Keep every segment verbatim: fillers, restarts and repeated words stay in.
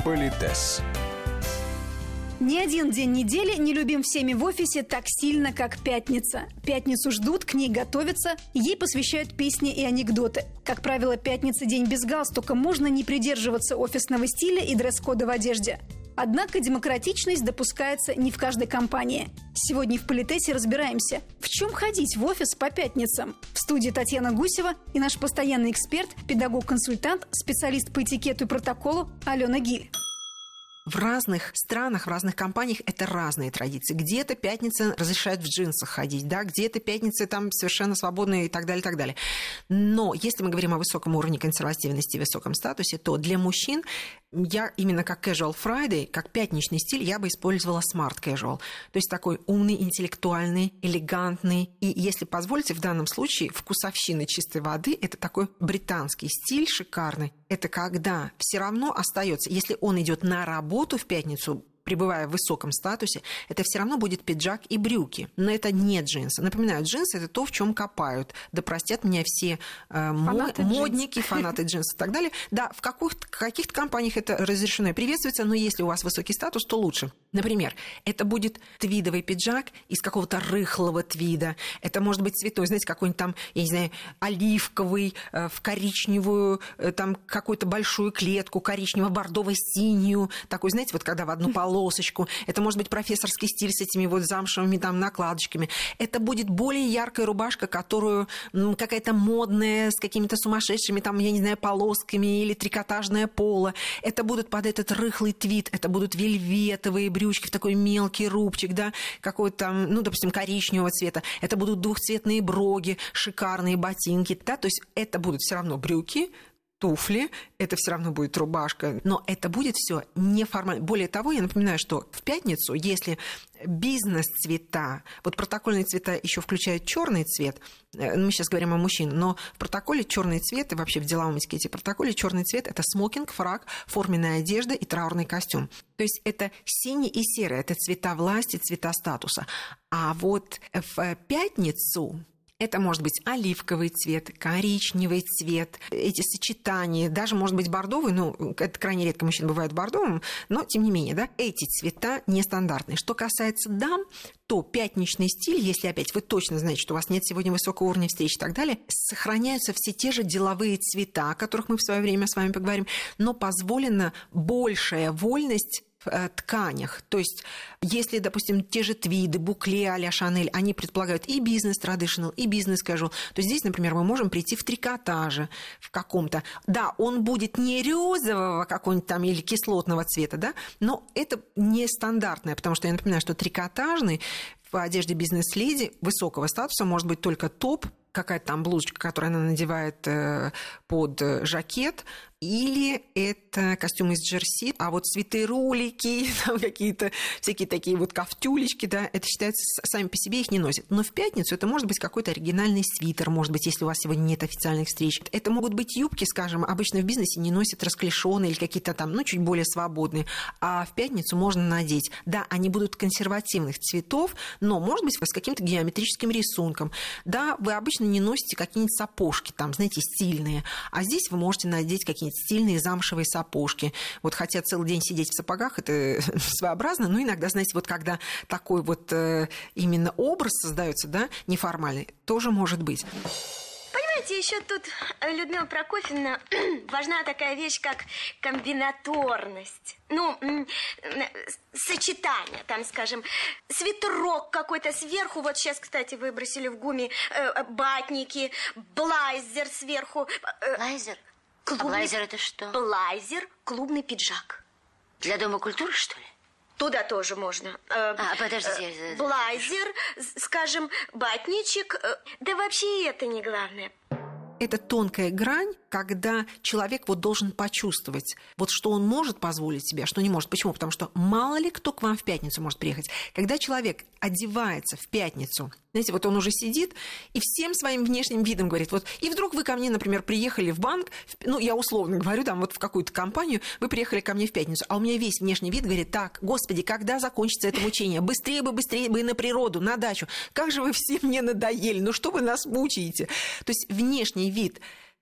Политес. Ни один день недели не любим всеми в офисе так сильно, как пятница. Пятницу ждут, к ней готовятся, ей посвящают песни и анекдоты. Как правило, пятница – день без галстука, можно не придерживаться офисного стиля и дресс-кода в одежде. Однако демократичность допускается не в каждой компании. Сегодня в Политесе разбираемся, в чем ходить в офис по пятницам. В студии Татьяна Гусева и наш постоянный эксперт, педагог-консультант, специалист по этикету и протоколу Алена Гиль. В разных странах, в разных компаниях это разные традиции. Где-то пятница разрешают в джинсах ходить, да, где-то пятницы там совершенно свободные и так далее, и так далее. Но если мы говорим о высоком уровне консервативности и высоком статусе, то для мужчин я именно как casual Friday, как пятничный стиль, я бы использовала smart casual. То есть такой умный, интеллектуальный, элегантный. И, если позволите, в данном случае вкусовщина чистой воды – это такой британский стиль шикарный. Это когда все равно остается, если он идет на работу в пятницу, пребывая в высоком статусе, это все равно будет пиджак и брюки. Но это не джинсы. Напоминаю, джинсы – это то, в чем копают. Да простят меня все э, фанаты модники, джинс. фанаты джинсов и так далее. Да, в каких-то, каких-то компаниях это разрешено и приветствуется, но если у вас высокий статус, то лучше. Например, это будет твидовый пиджак из какого-то рыхлого твида. Это может быть цветной, знаете, какой-нибудь там, я не знаю, оливковый, э, в коричневую, э, там какую-то большую клетку, коричнево-бордово-синюю. Такой, знаете, вот когда в одну полоску. Лосочку. Это может быть профессорский стиль с этими вот замшевыми там накладочками. Это будет более яркая рубашка, которую ну, какая-то модная, с какими-то сумасшедшими там, я не знаю, полосками или трикотажное поло. Это будут под этот рыхлый твид, это будут вельветовые брючки в такой мелкий рубчик, да, какой-то там, ну, допустим, коричневого цвета. Это будут двухцветные броги, шикарные ботинки, да, то есть это будут все равно брюки, туфли, это все равно будет рубашка, но это будет все неформально. Более того, я напоминаю, что в пятницу, если бизнес-цвета, вот протокольные цвета еще включают черный цвет, мы сейчас говорим о мужчинах, но в протоколе черный цвет, и вообще в деловом этикете протоколе черный цвет – это смокинг, фрак, форменная одежда и траурный костюм. То есть это синий и серый, это цвета власти, цвета статуса. А вот в пятницу это может быть оливковый цвет, коричневый цвет, эти сочетания, даже может быть бордовый, ну, это крайне редко мужчины бывают бордовым, но тем не менее, да, эти цвета нестандартные. Что касается дам, то пятничный стиль, если опять вы точно знаете, что у вас нет сегодня высокого уровня встреч и так далее, сохраняются все те же деловые цвета, о которых мы в свое время с вами поговорим, но позволена большая вольность в тканях. То есть, если, допустим, те же твиды, букле а-ля Шанель, они предполагают и бизнес-традишнл, и бизнес-кэжуал, то здесь, например, мы можем прийти в трикотаже в каком-то. Да, он будет не розового какого-нибудь там или кислотного цвета, да, но это нестандартное, потому что я напоминаю, что трикотажный в одежде бизнес-леди высокого статуса может быть только топ, какая-то там блузочка, которую она надевает под жакет, или это костюм из джерси, а вот цветы ролики, там какие-то всякие такие вот кофтюлечки, да, это считается, сами по себе их не носят. Но в пятницу это может быть какой-то оригинальный свитер, может быть, если у вас сегодня нет официальных встреч. Это могут быть юбки, скажем, обычно в бизнесе не носят расклешенные или какие-то там, ну, чуть более свободные, а в пятницу можно надеть. Да, они будут консервативных цветов, но, может быть, с каким-то геометрическим рисунком. Да, вы обычно не носите какие-нибудь сапожки, там, знаете, стильные, а здесь вы можете надеть какие-нибудь стильные замшевые сапожки. Вот хотя целый день сидеть в сапогах, это своеобразно, но иногда, знаете, вот когда такой вот э, именно образ создается, да, неформальный, тоже может быть. Понимаете, еще тут, Людмила Прокофьевна, важна такая вещь, как комбинаторность. Ну, сочетание, там, скажем, свитерок какой-то сверху. Вот сейчас, кстати, выбросили в ГУМе э, батники, блайзер сверху. Блайзер? Клубный... А блайзер это что? Блайзер, клубный пиджак. Для Дома культуры, что ли? Туда тоже можно. А, подождите. Блайзер, скажем, батничек. Да вообще это не главное. Это тонкая грань, когда человек вот должен почувствовать, вот что он может позволить себе, а что не может. Почему? Потому что мало ли кто к вам в пятницу может приехать. Когда человек одевается в пятницу, знаете, вот он уже сидит и всем своим внешним видом говорит, вот, и вдруг вы ко мне, например, приехали в банк, ну, я условно говорю, там, вот в какую-то компанию, вы приехали ко мне в пятницу, а у меня весь внешний вид говорит, так, господи, когда закончится это мучение? Быстрее бы, быстрее бы на природу, на дачу. Как же вы все мне надоели, ну что вы нас мучаете? То есть внешний вид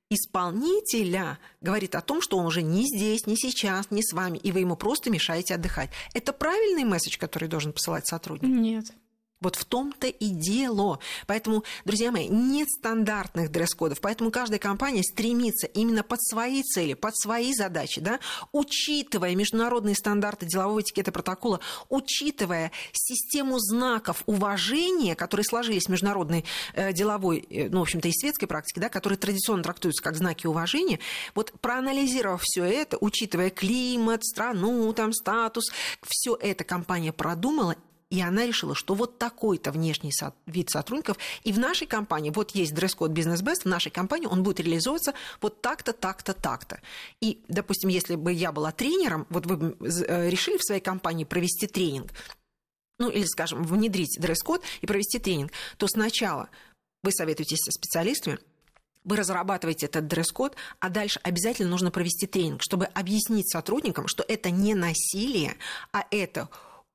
исполнителя говорит о том, что он уже не здесь, не сейчас, не с вами, и вы ему просто мешаете отдыхать. Это правильный месседж, который должен посылать сотрудник? Нет. Вот в том-то и дело. Поэтому, друзья мои, нет стандартных дресс-кодов. Поэтому каждая компания стремится именно под свои цели, под свои задачи, да, учитывая международные стандарты делового этикета, протокола, учитывая систему знаков уважения, которые сложились в международной э, деловой, э, ну, в общем-то, и светской практике, да, которые традиционно трактуются как знаки уважения. Вот проанализировав все это, учитывая климат, страну, там, статус, все это компания продумала. И она решила, что вот такой-то внешний со- вид сотрудников, и в нашей компании, вот есть дресс-код Business Best, в нашей компании он будет реализовываться вот так-то, так-то, так-то. И, допустим, если бы я была тренером, вот вы бы решили в своей компании провести тренинг, ну или, скажем, внедрить дресс-код и провести тренинг, то сначала вы советуетесь со специалистами, вы разрабатываете этот дресс-код, а дальше обязательно нужно провести тренинг, чтобы объяснить сотрудникам, что это не насилие, а это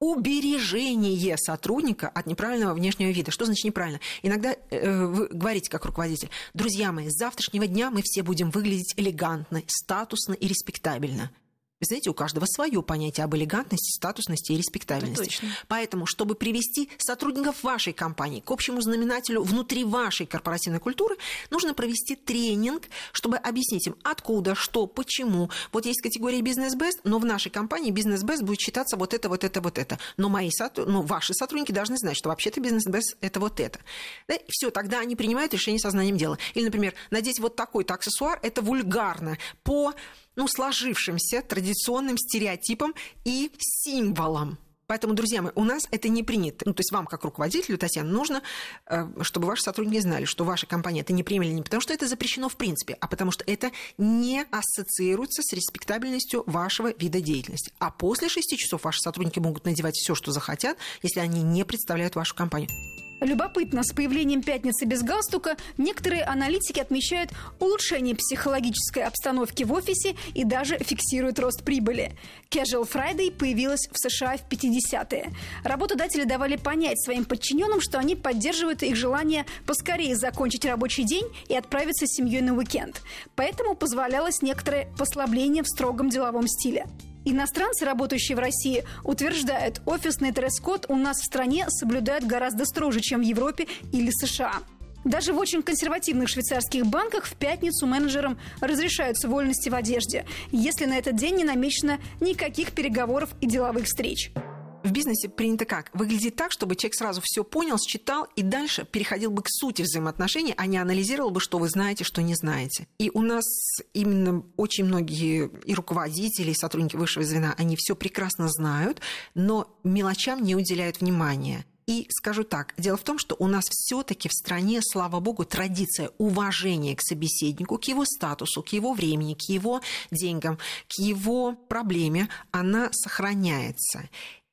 убережение сотрудника от неправильного внешнего вида. Что значит неправильно? Иногда э, вы говорите как руководитель: друзья мои, с завтрашнего дня мы все будем выглядеть элегантно, статусно и респектабельно. Вы знаете, у каждого свое понятие об элегантности, статусности и респектабельности. Поэтому, чтобы привести сотрудников вашей компании к общему знаменателю внутри вашей корпоративной культуры, нужно провести тренинг, чтобы объяснить им, откуда, что, почему. Вот есть категория Business Best, но в нашей компании Business Best будет считаться вот это, вот это, вот это. Но мои сотруд... ну, ваши сотрудники должны знать, что вообще-то Business Best – это вот это. Да? И все, тогда они принимают решение сознанием дела. Или, например, надеть вот такой-то аксессуар – это вульгарно по... ну, сложившимся традиционным стереотипам и символам. Поэтому, друзья мои, у нас это не принято. Ну, то есть вам, как руководителю, Татьяна, нужно, чтобы ваши сотрудники знали, что ваша компания это не приемлемо не потому, что это запрещено в принципе, а потому что это не ассоциируется с респектабельностью вашего вида деятельности. А после шести часов ваши сотрудники могут надевать все, что захотят, если они не представляют вашу компанию. Любопытно, с появлением пятницы без галстука некоторые аналитики отмечают улучшение психологической обстановки в офисе и даже фиксируют рост прибыли. Casual Friday появилась в США в пятидесятые. Работодатели давали понять своим подчиненным, что они поддерживают их желание поскорее закончить рабочий день и отправиться с семьей на уикенд. Поэтому позволялось некоторое послабление в строгом деловом стиле. Иностранцы, работающие в России, утверждают, офисный дресс-код у нас в стране соблюдают гораздо строже, чем в Европе или США. Даже в очень консервативных швейцарских банках в пятницу менеджерам разрешаются вольности в одежде, если на этот день не намечено никаких переговоров и деловых встреч. В бизнесе принято как? Выглядит так, чтобы человек сразу все понял, считал и дальше переходил бы к сути взаимоотношений, а не анализировал бы, что вы знаете, что не знаете. И у нас именно очень многие и руководители, и сотрудники высшего звена, они все прекрасно знают, но мелочам не уделяют внимания. И скажу так, дело в том, что у нас все-таки в стране, слава богу, традиция уважения к собеседнику, к его статусу, к его времени, к его деньгам, к его проблеме, она сохраняется.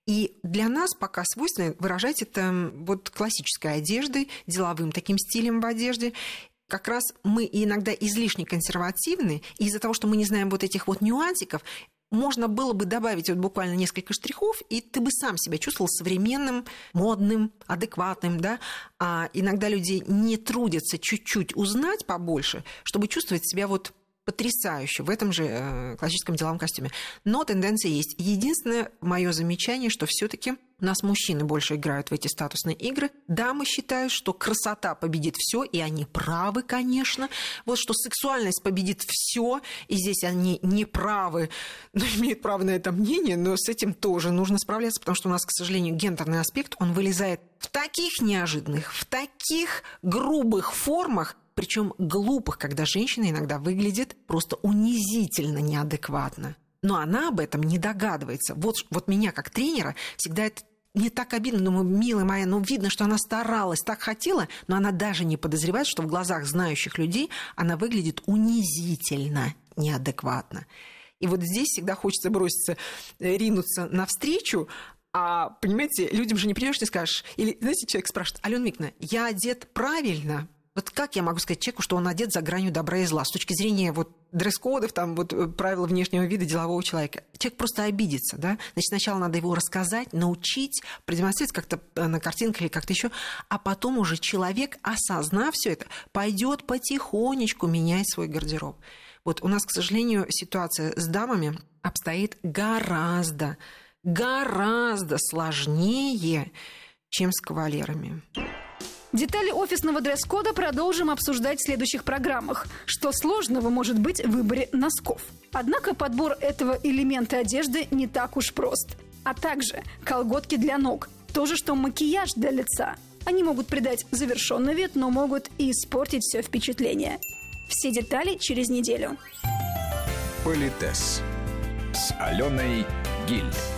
И для нас пока свойственно выражать это вот классической одеждой, деловым таким стилем в одежде. Как раз мы иногда излишне консервативны, и из-за того, что мы не знаем вот этих вот нюансиков, можно было бы добавить вот буквально несколько штрихов, и ты бы сам себя чувствовал современным, модным, адекватным, да? А иногда люди не трудятся чуть-чуть узнать побольше, чтобы чувствовать себя вот потрясающе в этом же э, классическом деловом костюме. Но тенденция есть. Единственное мое замечание, что все-таки у нас мужчины больше играют в эти статусные игры. Дамы считают, что красота победит все, и они правы, конечно. Вот что сексуальность победит все, и здесь они не правы, но имеют право на это мнение, но с этим тоже нужно справляться, потому что у нас, к сожалению, гендерный аспект, он вылезает в таких неожиданных, в таких грубых формах, причем глупых, когда женщина иногда выглядит просто унизительно неадекватно. Но она об этом не догадывается. Вот, вот меня как тренера всегда это не так обидно. Думаю, милая моя, ну видно, что она старалась, так хотела, но она даже не подозревает, что в глазах знающих людей она выглядит унизительно неадекватно. И вот здесь всегда хочется броситься, ринуться навстречу, а, понимаете, людям же не придешь, не скажешь. Или, знаете, человек спрашивает: Алена Викторовна, я одет правильно? Вот как я могу сказать человеку, что он одет за гранью добра и зла с точки зрения вот дресс-кодов, там, вот, правил внешнего вида делового человека? Человек просто обидится, да? Значит, сначала надо его рассказать, научить, продемонстрировать как-то на картинках или как-то еще, а потом уже человек, осознав все это, пойдет потихонечку менять свой гардероб. Вот у нас, к сожалению, ситуация с дамами обстоит гораздо, гораздо сложнее, чем с кавалерами. Детали офисного дресс-кода продолжим обсуждать в следующих программах. Что сложного может быть в выборе носков? Однако подбор этого элемента одежды не так уж прост. А также колготки для ног. То же, что макияж для лица. Они могут придать завершенный вид, но могут и испортить все впечатление. Все детали через неделю. Политес с Аленой Гиль.